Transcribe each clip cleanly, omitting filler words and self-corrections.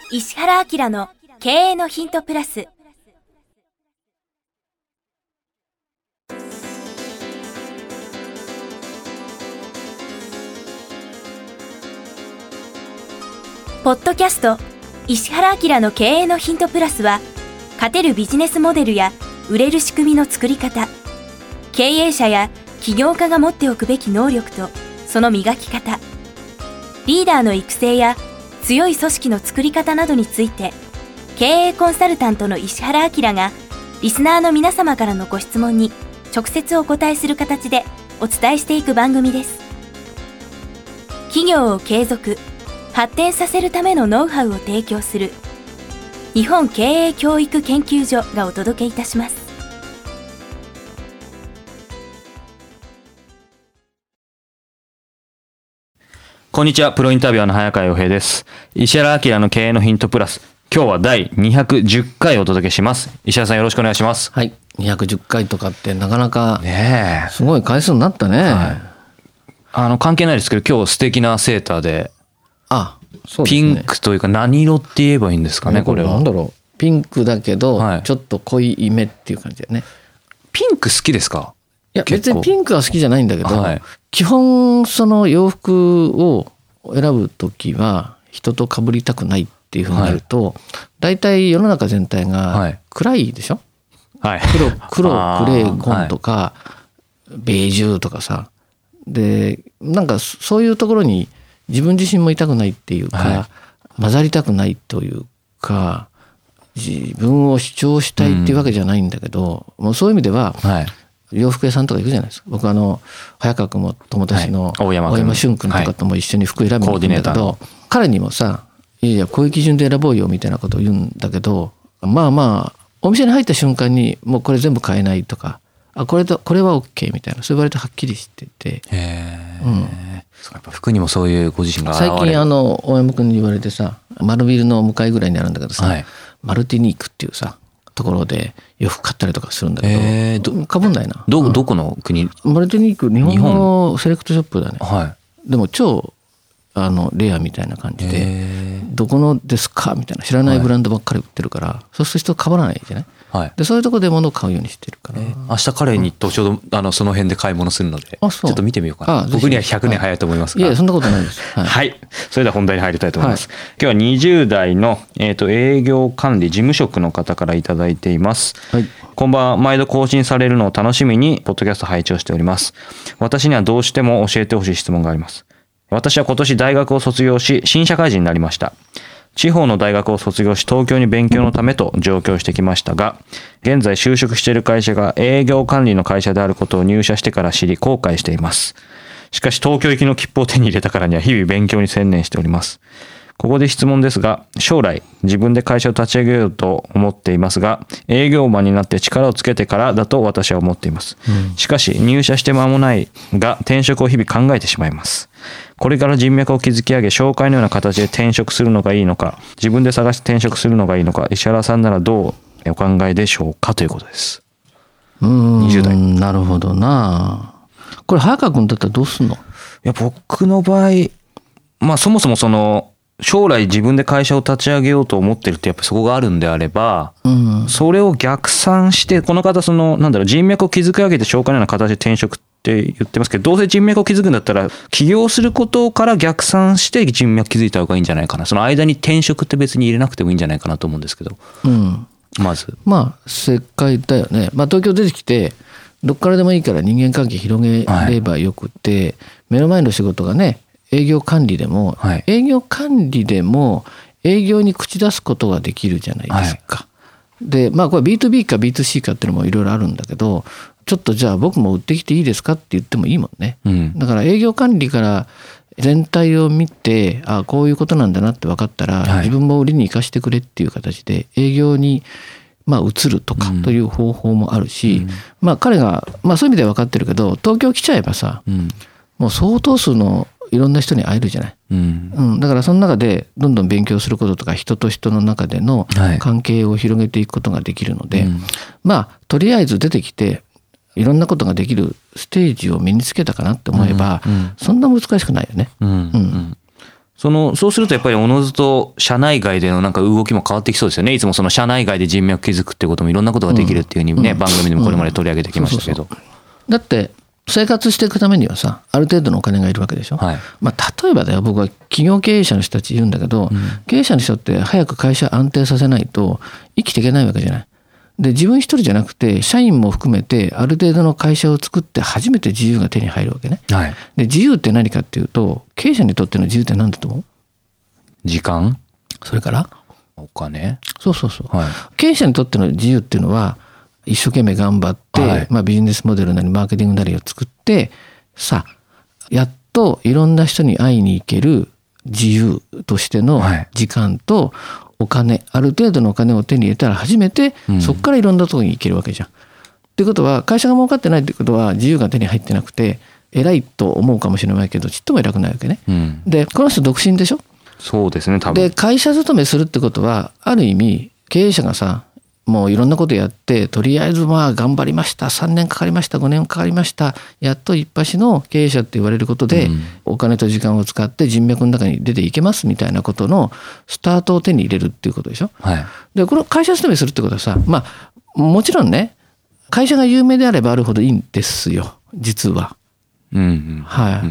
石原明の経営のヒントプラス。ポッドキャスト石原明の経営のヒントプラスは、勝てるビジネスモデルや売れる仕組みの作り方、経営者や起業家が持っておくべき能力とその磨き方、リーダーの育成や強い組織の作り方などについて、経営コンサルタントの石原明がリスナーの皆様からのご質問に直接お答えする形でお伝えしていく番組です。企業を継続発展させるためのノウハウを提供する日本経営教育研究所がお届けいたします。 こんにちは、プロインタビュアーの早川洋平です。石原明の経営のヒントプラス、今日は第210回お届けします。石原さん、よろしくお願いします。 はい、210回とかってなかなかねすごい回数になったね。 はい、関係ないですけど、今日素敵なセーターで、 そうですね、 ピンクというか何色って言えばいいんですかね、これは。 なんだろう、ピンクだけど、 はい、 ちょっと濃いめっていう感じだよね。 ピンク好きですか？ いや、別にピンクは好きじゃないんだけど、 はい、 基本その洋服を選ぶときは人と被りたくないっていうふうになると、だいたい世の中全体が暗いでしょ、 はい、 黒グレー紺とか、ベージュとかさ、でなんかそういうところに自分自身もいたくないっていうか、混ざりたくないというか、自分を主張したいっていうわけじゃないんだけど、もうそういう意味では、洋服屋さんとか行くじゃないですか。僕早川君も友達の大山俊君とかとも一緒に服選びに行くんだけど、彼にもさ、いやこういう基準で選ぼうよみたいなことを言うんだけど、まあお店に入った瞬間にもうこれ全部買えないとか、これは OK みたいな、そう言われてはっきりしてて、 やっぱ服にもそういうご自身が現れる。 最近大山君に言われてさ、丸ビルの向かいぐらいにあるんだけどさ、マルティニークっていうさところで洋服買ったりとかするんだけど、かぶんないな。 どこの国？ マルティニーク、日本のセレクトショップだね。でも超レアみたいな感じで、どこのですかみたいな、知らないブランドばっかり売ってるから、そうすると人被らないじゃない。でそういうところで物を買うようにしてるから、 明日彼にとちょうどその辺で買い物するので、ちょっと見てみようかな。僕には100年早いと思いますが、 いやそんなことないです。 はい、それでは本題に入りたいと思います。今日は20代の、営業管理事務職の方からいただいています。こんばんは。毎度更新されるのを楽しみにポッドキャスト拝聴しております。私にはどうしても教えてほしい質問があります。私は今年大学を卒業し、新社会人になりました。地方の大学を卒業し、東京に勉強のためと上京してきましたが、現在就職している会社が営業管理の会社であることを入社してから知り後悔しています。しかし東京行きの切符を手に入れたからには日々勉強に専念しております。ここで質問ですが、将来自分で会社を立ち上げようと思っていますが、営業マンになって力をつけてからだと私は思っています。しかし入社して間もないが転職を日々考えてしまいます。これから人脈を築き上げ、紹介のような形で転職するのがいいのか、自分で探して転職するのがいいのか、石原さんならどうお考えでしょうか、ということです。20代。 なるほどな。これ早川君だったらどうすんの？ いや、僕の場合、そもそも将来自分で会社を立ち上げようと思ってるってやっぱそこがあるんであれば、それを逆算して、この方人脈を築き上げて紹介のような形で転職って言ってますけど、どうせ人脈を築くんだったら起業することから逆算して人脈築いた方がいいんじゃないかな。その間に転職って別に入れなくてもいいんじゃないかなと思うんですけど、まず正解だよね。東京出てきてどっからでもいいから人間関係広げればよくて、目の前の仕事がね、営業管理でも、営業に口出すことができるじゃないですか。でこれ B2B か B2C かっていうのもいろいろあるんだけど、ちょっとじゃあ僕も売ってきていいですかって言ってもいいもんね。だから営業管理から全体を見て、こういうことなんだなって分かったら、自分も売りに生かしてくれっていう形で営業に移るとかという方法もあるし、彼がそういう意味では分かってるけど、東京来ちゃえばさ、もう相当数のいろんな人に会えるじゃない。だからその中でどんどん勉強することとか、人と人の中での関係を広げていくことができるので、とりあえず出てきていろんなことができるステージを身につけたかなって思えば、そんな難しくないよね。 そうするとやっぱりおのずと社内外でのなんか動きも変わってきそうですよね。いつもその社内外で人脈築くっていうこともいろんなことができるっていうふうにね、番組でもこれまで取り上げてきましたけど。 だって生活していくためにはさ、ある程度のお金がいるわけでしょ。はい。例えばだよ、僕は企業経営者の人たち言うんだけど、経営者の人って早く会社安定させないと生きていけないわけじゃない。で、自分一人じゃなくて社員も含めてある程度の会社を作って初めて自由が手に入るわけね。はい。で、自由って何かっていうと、経営者にとっての自由って何だと思う？ 時間？ それからお金？ そう。はい。経営者にとっての自由っていうのは、一生懸命頑張って、はい、ビジネスモデルなりマーケティングなりを作ってさ、やっといろんな人に会いに行ける自由としての時間とお金、ある程度のお金を手に入れたら初めてそこからいろんなところに行けるわけじゃん。っていうことは、会社が儲かってないってことは自由が手に入ってなくて偉いと思うかもしれないけど、ちっとも偉くないわけね。で、この人独身でしょ。 そうですね、多分。 で、会社勤めするってことはある意味経営者がさ、もういろんなことやって、とりあえず頑張りました、3年かかりました、5年かかりました、やっと一発の経営者って言われることで、お金と時間を使って人脈の中に出ていけますみたいなことのスタートを手に入れるっていうことでしょ。はい、で、この会社勤めするってことはさ、もちろんね、会社が有名であればあるほどいいんですよ、実は。はい。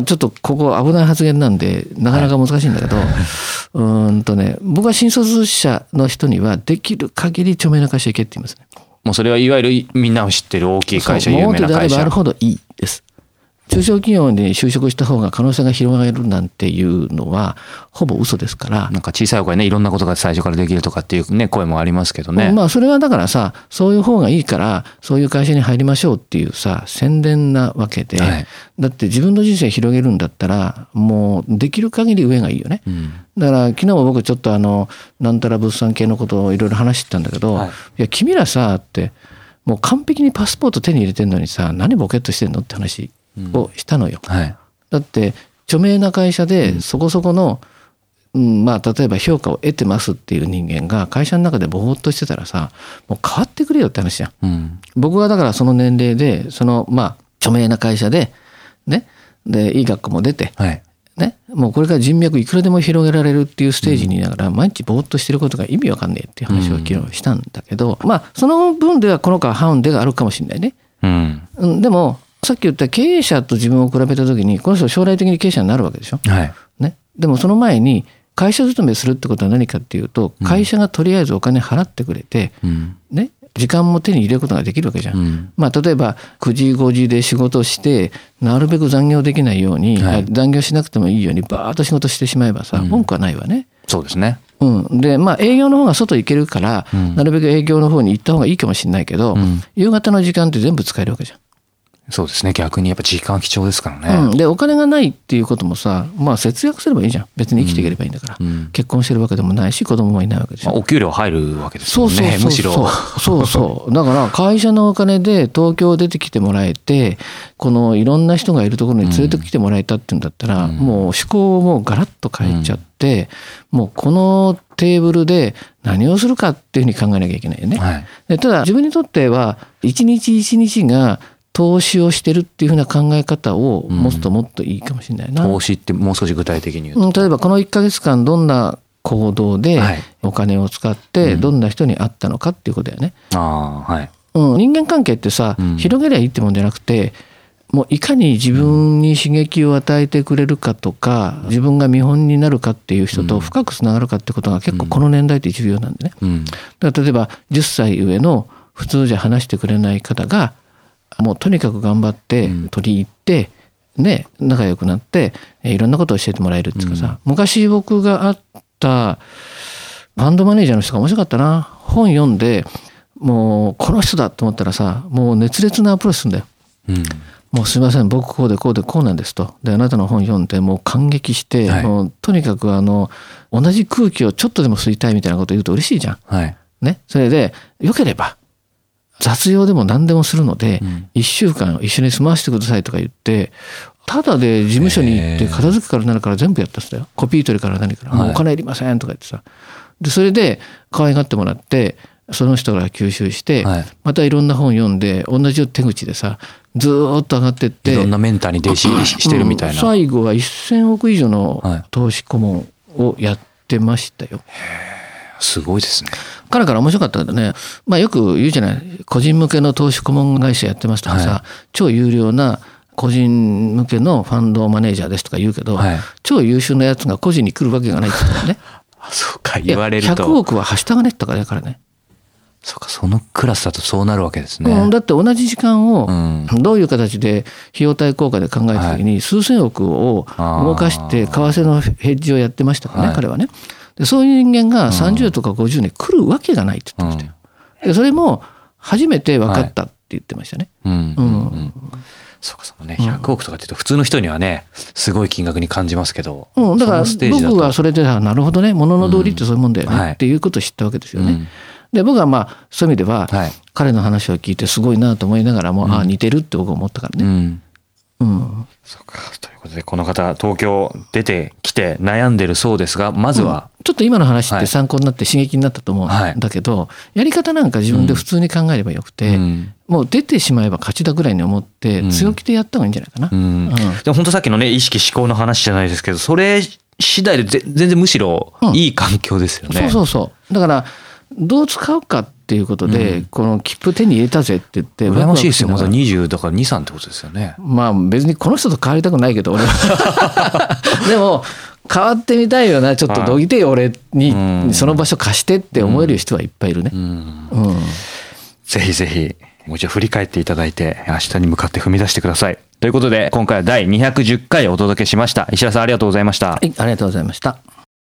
ちょっとここ危ない発言なんでなかなか難しいんだけど、僕は新卒者の人にはできる限り著名な会社行けって言いますね。 もうそれはいわゆるみんなを知ってる大きい会社、有名な会社。 大手であればあるほどいいです。中小企業に就職した方が可能性が広がるなんていうのはほぼ嘘ですから。 なんか小さい声ね、いろんなことが最初からできるとかっていうね、声もありますけどね。 それはだからさ、そういう方がいいからそういう会社に入りましょうっていうさ、宣伝なわけで、はい、だって自分の人生広げるんだったらもうできる限り上がいいよね。だから昨日も僕ちょっとなんたら物産系のことをいろいろ話してたんだけど、はい、いや君らさってもう完璧にパスポート手に入れてんのにさ、何ボケっとしてんのって話をしたのよ。はい、だって著名な会社でそこそこの、例えば評価を得てますっていう人間が会社の中でぼーっとしてたらさ、もう変わってくれよって話じゃん。僕はだからその年齢で著名な会社でね、でいい学校も出て、はいね、もうこれから人脈いくらでも広げられるっていうステージにいながら毎日ぼーっとしてることが意味わかんねえっていう話を昨日したんだけど、その分ではこの子はハウンデがあるかもしれないね。でもさっき言った経営者と自分を比べた時にこの人将来的に経営者になるわけでしょ。はいね、でもその前に会社勤めするってことは何かっていうと、会社がとりあえずお金払ってくれて、ね、時間も手に入れることができるわけじゃん。例えば9時5時で仕事してなるべく残業できないように、残業しなくてもいいようにバーッと仕事してしまえばさ、文句はないわね。 そうですね。 で営業の方が外行けるから、なるべく営業の方に行った方がいいかもしれないけど、夕方の時間って全部使えるわけじゃん。 そうですね。逆にやっぱ時間貴重ですからね。 でお金がないっていうこともさ、節約すればいいじゃん。別に生きていければいいんだから、結婚してるわけでもないし子供もいないわけでしょ。 お給料入るわけですよね。むしろそうだから会社のお金で東京出てきてもらえて、このいろんな人がいるところに連れてきてもらえたっていうんだったら、もう思考をもうガラッと変えちゃって、もうこのテーブルで何をするかっていうふうに考えなきゃいけないよね。でただ自分にとっては一日一日が投資をしてるっていうふうな考え方を持つともっといいかもしれないな。 投資ってもう少し具体的に言うと、 例えばこの1ヶ月間どんな行動でお金を使ってどんな人に会ったのかっていうことだよね。人間関係ってさ、広げりゃいいってもんじゃなくて、もういかに自分に刺激を与えてくれるかとか、自分が見本になるかっていう人と深くつながるかってことが結構この年代って重要なんでね。だから例えば10歳上の普通じゃ話してくれない方がもうとにかく頑張って取り入ってね、仲良くなっていろんなことを教えてもらえるっていうかさ、昔僕が会ったファンドマネージャーの人が面白かったな。本読んでもうこの人だと思ったらさ、もう熱烈なアプローチするんだよ。もうすいません、僕こうでこうでこうなんですと。であなたの本読んでもう感激して、もうとにかく同じ空気をちょっとでも吸いたいみたいなこと言うと嬉しいじゃん。ね、それでよければ雑用でも何でもするので、1週間一緒に住まわせてくださいとか言って、ただで事務所に行って片付けから何から全部やったんだよ。コピー取りから何から、もうお金いりませんとか言ってさ。でそれで可愛がってもらって、その人が吸収して、またいろんな本読んで同じ手口でさ、 ずーっと上がってって、 いろんなメンターに弟子入りしてるみたいな、 最後は1000億以上の投資顧問をやってましたよ。 すごいですね。 彼から面白かったけどね、よく言うじゃない、個人向けの投資顧問会社やってますとかさ、超有料な個人向けのファンドマネージャーですとか言うけど、超優秀なやつが個人に来るわけがないって言ったね。 そうか、言われると。 100億ははしたがねったからね、彼ね。 そうか、そのクラスだとそうなるわけですね。 だって同じ時間をどういう形で費用対効果で考えたときに数千億を動かして為替のヘッジをやってましたからね、彼はね。でそういう人間が30とか50年来るわけがないって言ってましたよ。でそれも初めて分かったって言ってましたね。 そうか、そうね、100億とかって言うと普通の人にはね、すごい金額に感じますけど、 だから僕はそれでなるほどね、物の道理ってそういうもんだよねっていうことを知ったわけですよね。で僕はそういう意味では、彼の話を聞いてすごいなと思いながらも、似てるって僕は思ったからね。 そうか、ということでこの方東京出てきて悩んでるそうですが、まずは、 ちょっと今の話って参考になって刺激になったと思うんだけど、やり方なんか自分で普通に考えればよくて、もう出てしまえば勝ちだぐらいに思って強気でやった方がいいんじゃないかな。 でも本当さっきのね、意識思考の話じゃないですけど、それ次第で全然むしろいい環境ですよね。 そうだからどう使うかっていうことで、この切符手に入れたぜって言って羨ましいですよ。まだ20だから2、3ってことですよね。 別にこの人と変わりたくないけど俺はでも変わってみたいよな、ちょっとどぎてよ俺にその場所貸してって思える人はいっぱいいるね。 ぜひぜひもう一度振り返っていただいて、明日に向かって踏み出してください。ということで今回は第210回お届けしました。石原さん、ありがとうございました。 はい、ありがとうございました。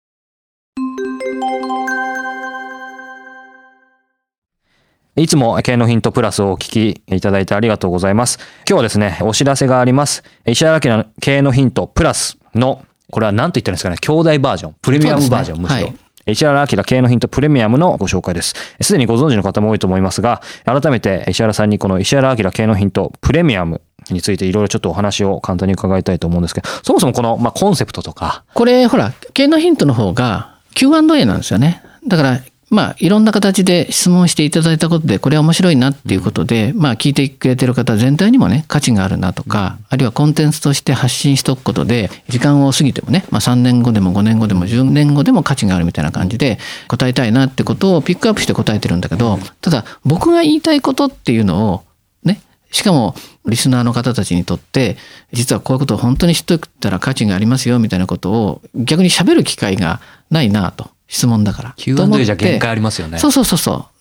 いつも経営のヒントプラスをお聞きいただいてありがとうございます。今日はですね、お知らせがあります。石原明の経営のヒントプラスの、これは何と言ったらいいんですかね、兄弟バージョン、プレミアムバージョン、むしろ。石原明経営のヒントプレミアムのご紹介です。すでにご存知の方も多いと思いますが、改めて石原さんにこの石原明経営のヒントプレミアムについていろいろちょっとお話を簡単に伺いたいと思うんですけど、そもそもこの、コンセプトとか。 これほら、経営のヒントの方が Q&A なんですよね。だから、いろんな形で質問していただいたことで、これは面白いなっていうことで、聞いてくれてる方全体にもね、価値があるなとか、あるいはコンテンツとして発信しておくことで、時間を過ぎてもね、3年後でも5年後でも10年後でも価値があるみたいな感じで答えたいなってことをピックアップして答えてるんだけど、ただ僕が言いたいことっていうのをね、しかもリスナーの方たちにとって、実はこういうことを本当に知っておいたら価値がありますよみたいなことを逆に喋る機会がないなと。質問だから。 Q&A じゃ限界ありますよね。 そう。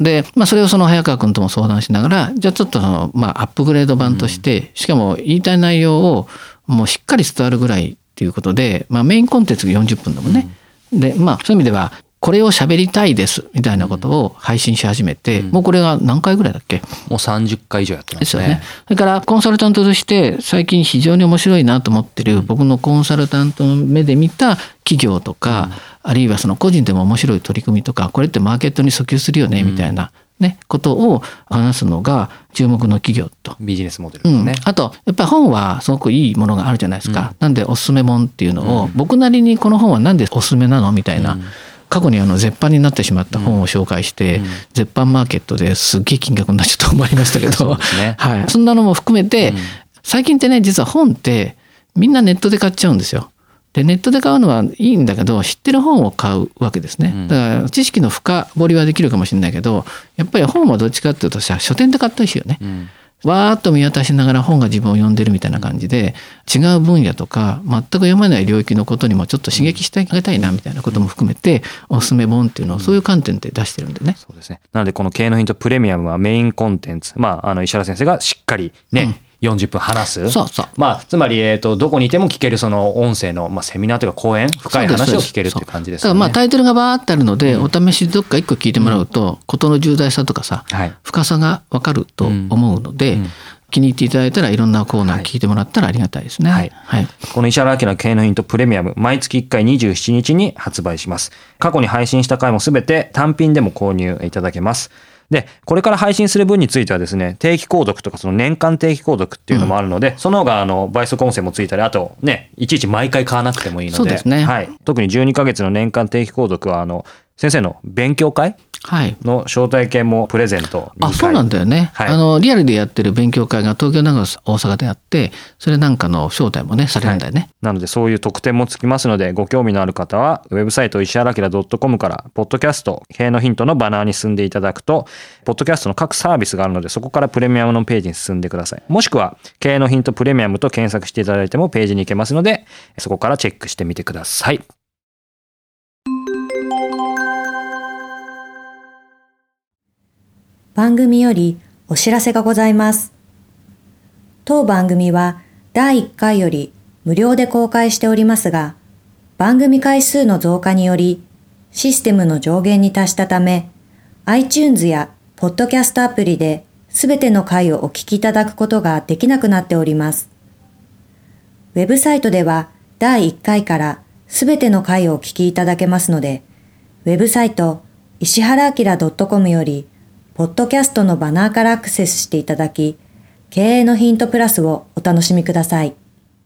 で、それをその早川君とも相談しながら、じゃあちょっとアップグレード版として、しかも言いたい内容をもうしっかり伝わるぐらいっていうことで、メインコンテンツが40分だもんね。で、そういう意味では、これを喋りたいですみたいなことを配信し始めて、もうこれが何回ぐらいだっけ？ もう30回以上やってますね。ですよね。 それからコンサルタントとして最近非常に面白いなと思ってる、僕のコンサルタントの目で見た企業とか、あるいはその個人でも面白い取り組みとか、これってマーケットに訴求するよねみたいなね、ことを話すのが注目の企業と。 ビジネスモデルですね。 あとやっぱり本はすごくいいものがあるじゃないですか。なんでおすすめ本っていうのを、僕なりにこの本はなんでおすすめなのみたいな。過去に絶版になってしまった本を紹介して、絶版マーケットですっげえ金額になっちゃったと思いましたけど、そんなのも含めて、最近ってね、実は本ってみんなネットで買っちゃうんですよ。で、ネットで買うのはいいんだけど、知ってる本を買うわけですね。だから知識の深掘りはできるかもしれないけど、やっぱり本はどっちかっていうとさ、書店で買ったりしよね。わーっと見渡しながら本が自分を読んでるみたいな感じで、違う分野とか全く読めない領域のことにもちょっと刺激してあげたいなみたいなことも含めて、おすすめ本っていうのをそういう観点で出してるんでね。 そうですね。なのでこの経営のヒントプレミアムはメインコンテンツ、石原先生がしっかりね、40分話す。つまり、どこにいても聞けるその音声の、セミナーというか講演、深い話を聞けるっていう感じですね。 だからタイトルがバーってあるので、お試しでどっか一個聞いてもらうと、事の重大さとかさ、深さがわかると思うので、気に入っていただいたらいろんなコーナー聞いてもらったらありがたいですね。 この石原明の経営のヒントプレミアム、毎月1回27日に発売します。過去に配信した回もすべて単品でも購入いただけます。で、これから配信する分についてはですね、定期購読とかその年間定期購読っていうのもあるので、その方が倍速音声もついたり、あとね、いちいち毎回買わなくてもいいので、 そうですね。 特に12ヶ月の年間定期購読は先生の勉強会の招待券もプレゼント。 そうなんだよね。リアルでやってる勉強会が東京、長野、大阪であって、それなんかの招待もね、されるんだよね。 なのでそういう特典もつきますので、ご興味のある方は、ウェブサイト石原明 .com から、ポッドキャスト、経営のヒントのバナーに進んでいただくと、ポッドキャストの各サービスがあるので、そこからプレミアムのページに進んでください。もしくは、経営のヒントプレミアムと検索していただいてもページに行けますので、そこからチェックしてみてください。 番組よりお知らせがございます。当番組は第1回より無料で公開しておりますが、番組回数の増加によりシステムの上限に達したため、iTunes やポッドキャストアプリで全ての回をお聞きいただくことができなくなっております。ウェブサイトでは第1回から全ての回をお聞きいただけますので、ウェブサイト石原明 .com よりポッドキャストのバナーからアクセスしていただき、経営のヒントプラスをお楽しみください。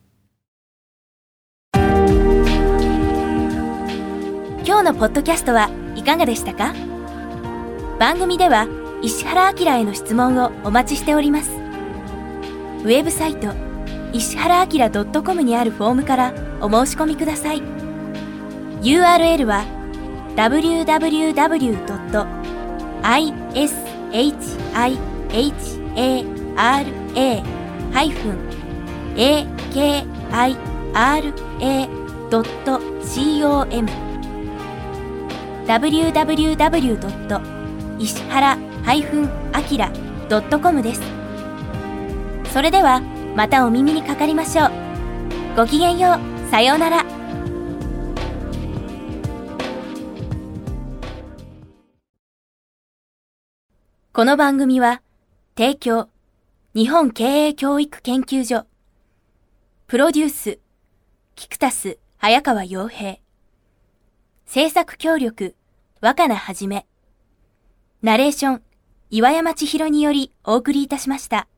今日のポッドキャストはいかがでしたか？番組では石原明への質問をお待ちしております。ウェブサイト石原明 .com にあるフォームからお申し込みください。URL は www.ishihara-akira.com www.ishara-akira.com です。それではまたお耳にかかりましょう。ごきげんよう。さようなら。この番組は提供日本経営教育研究所プロデュースキクタス早川洋平制作協力若菜はじめナレーション岩山千尋によりお送りいたしました。